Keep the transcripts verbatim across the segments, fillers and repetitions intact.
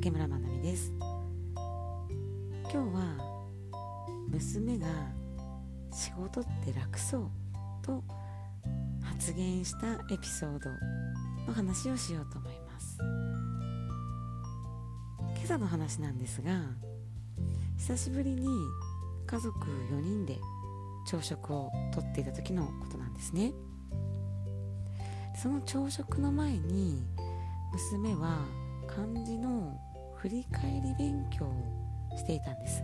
竹村まなみです。今日は娘が仕事って楽そうと発言したエピソードの話をしようと思います。今朝の話なんですが、久しぶりに家族よにんで朝食をとっていた時のことなんですね。その朝食の前に娘は漢字の振り返り勉強をしていたんです。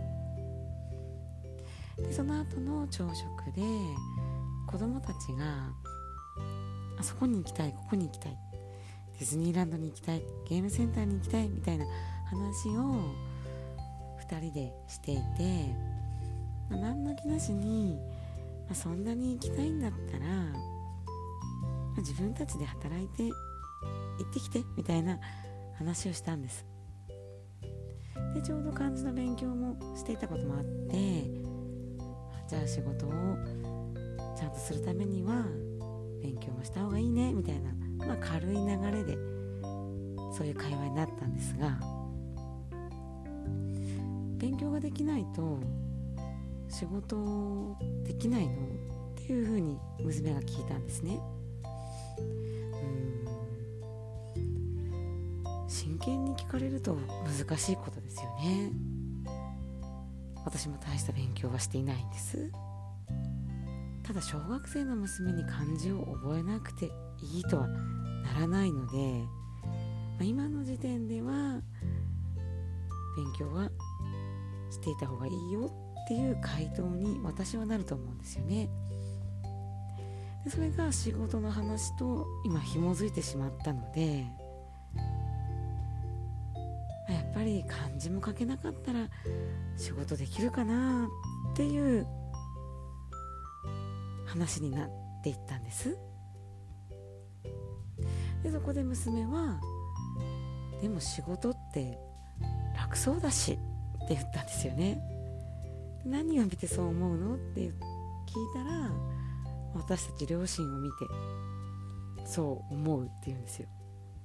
でその後の朝食で子供たちがあそこに行きたい、ここに行きたい、ディズニーランドに行きたい、ゲームセンターに行きたいみたいな話をふたりでしていて、まあ、何の気なしに、まあ、そんなに行きたいんだったら、まあ、自分たちで働いて行ってきてみたいな話をしたんです。でちょうど漢字の勉強もしていたこともあって、じゃあ仕事をちゃんとするためには勉強もした方がいいねみたいな、まあ、軽い流れでそういう会話になったんですが、勉強ができないと仕事できないのっていうふうに娘が聞いたんですね。うーん真剣に聞かれると難しいことですよね。私も大した勉強はしていないんです。ただ小学生の娘に漢字を覚えなくていいとはならないので、まあ、今の時点では勉強はしていた方がいいよっていう回答に私はなると思うんですよね。でそれが仕事の話と今紐づいてしまったので、やっぱり漢字も書けなかったら仕事できるかなっていう話になっていったんです。でそこで娘はでも仕事って楽そうだしって言ったんですよね。何を見てそう思うのって聞いたら、私たち両親を見てそう思うって言うんですよ。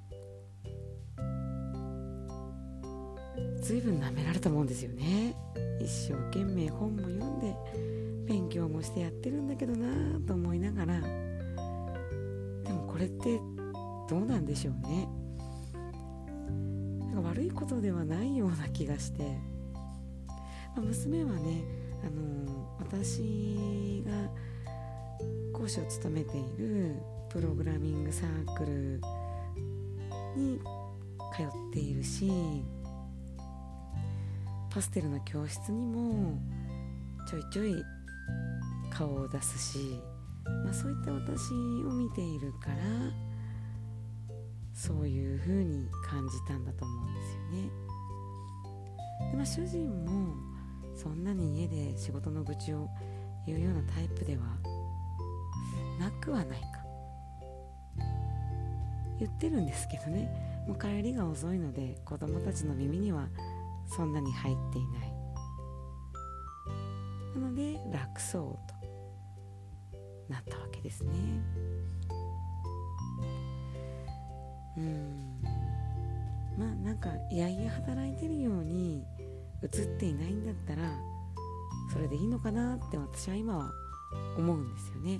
ずいぶん舐められたもんですよね。一生懸命本も読んで勉強もしてやってるんだけどなと思いながら、でもこれってどうなんでしょうね。なんか悪いことではないような気がして、まあ、娘はね、あのー、私が講師を務めているプログラミングサークルに通っているし、パステルの教室にもちょいちょい顔を出すし、まあ、そういった私を見ているからそういう風に感じたんだと思うんですよね。で、まあ、主人もそんなに家で仕事の愚痴を言うようなタイプではなくはないか、言ってるんですけどね、もう帰りが遅いので子供たちの耳にはそんなに入っていない。なので楽そうとなったわけですね。うーんまあなんかいやいや働いてるように映っていないんだったらそれでいいのかなって私は今は思うんですよね。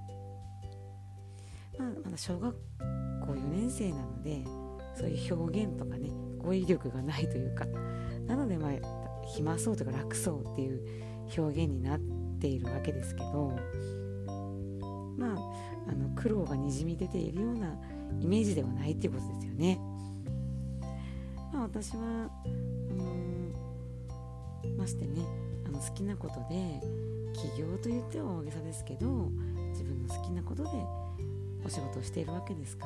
まあまだ小学校よねん生なのでそういう表現とかね語彙力がないというか、なのでまあ暇そうとか楽そうっていう表現になっているわけですけど、まああの苦労がにじみ出ているようなイメージではないっていうことですよね。まあ私はあのー、ましてねあの好きなことで起業と言っては大げさですけど自分の好きなことでお仕事をしているわけですから、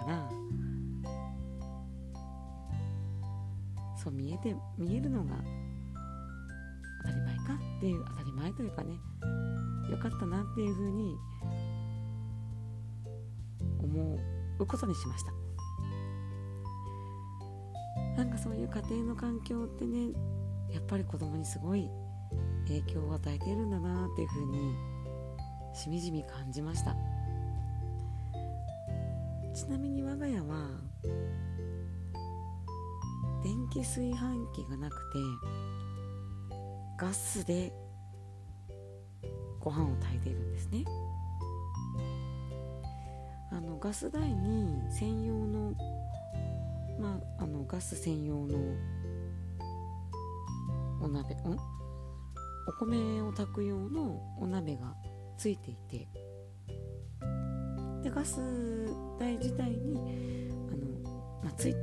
そう見えて見えるのが当たり前かっていう、当たり前というかね、よかったなっていうふうに思うことにしました。なんかそういう家庭の環境ってね、やっぱり子供にすごい影響を与えているんだなっていうふうにしみじみ感じました。ちなみに我が家は電電気炊飯器がなくてガスでご飯を炊いているんですね。あのガス台に専用の、まあ、あのガス専用のお鍋、んお米を炊く用のお鍋がついていて、でガス台自体にあの、まあ、つい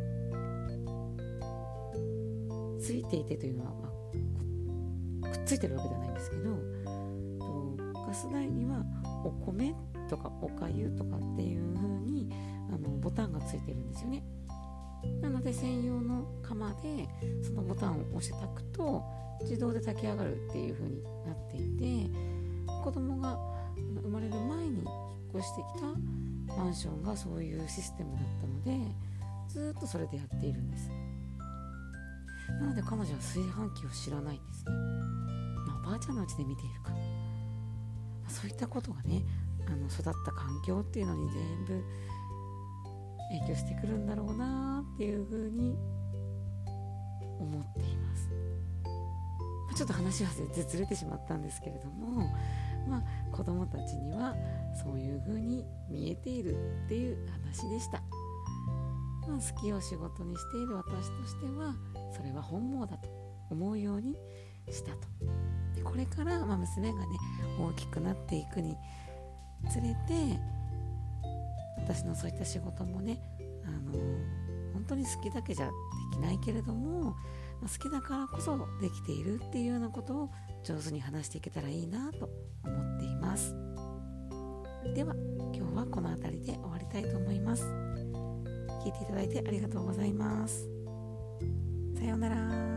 ついていてというのは、まあ、くっついてるわけではないんですけど、とガス台にはお米とかおかゆとかっていう風にあのボタンがついてるんですよね。なので専用の釜でそのボタンを押して炊くと自動で炊き上がるっていう風になっていて、子供が生まれる前に引っ越してきたマンションがそういうシステムだったので、ずっとそれでやっているんです。なので彼女は炊飯器を知らないんですね。まあ、おばあちゃんのうちで見ているか、まあ、そういったことがね、あの育った環境っていうのに全部影響してくるんだろうなっていうふうに思っています。まあ、ちょっと話は全然ずれてしまったんですけれども、まあ、子供たちにはそういうふうに見えているっていう話でした。まあ、好きを仕事にしている私としてはそれは本望だと思うようにしたと。でこれから、まあ、娘がね大きくなっていくにつれて、私のそういった仕事もね、あの本当に好きだけじゃできないけれども、まあ、好きだからこそできているっていうようなことを上手に話していけたらいいなと思っています。では今日はこの辺りで終わりたいと思います。聞いていただいてありがとうございます。さようなら。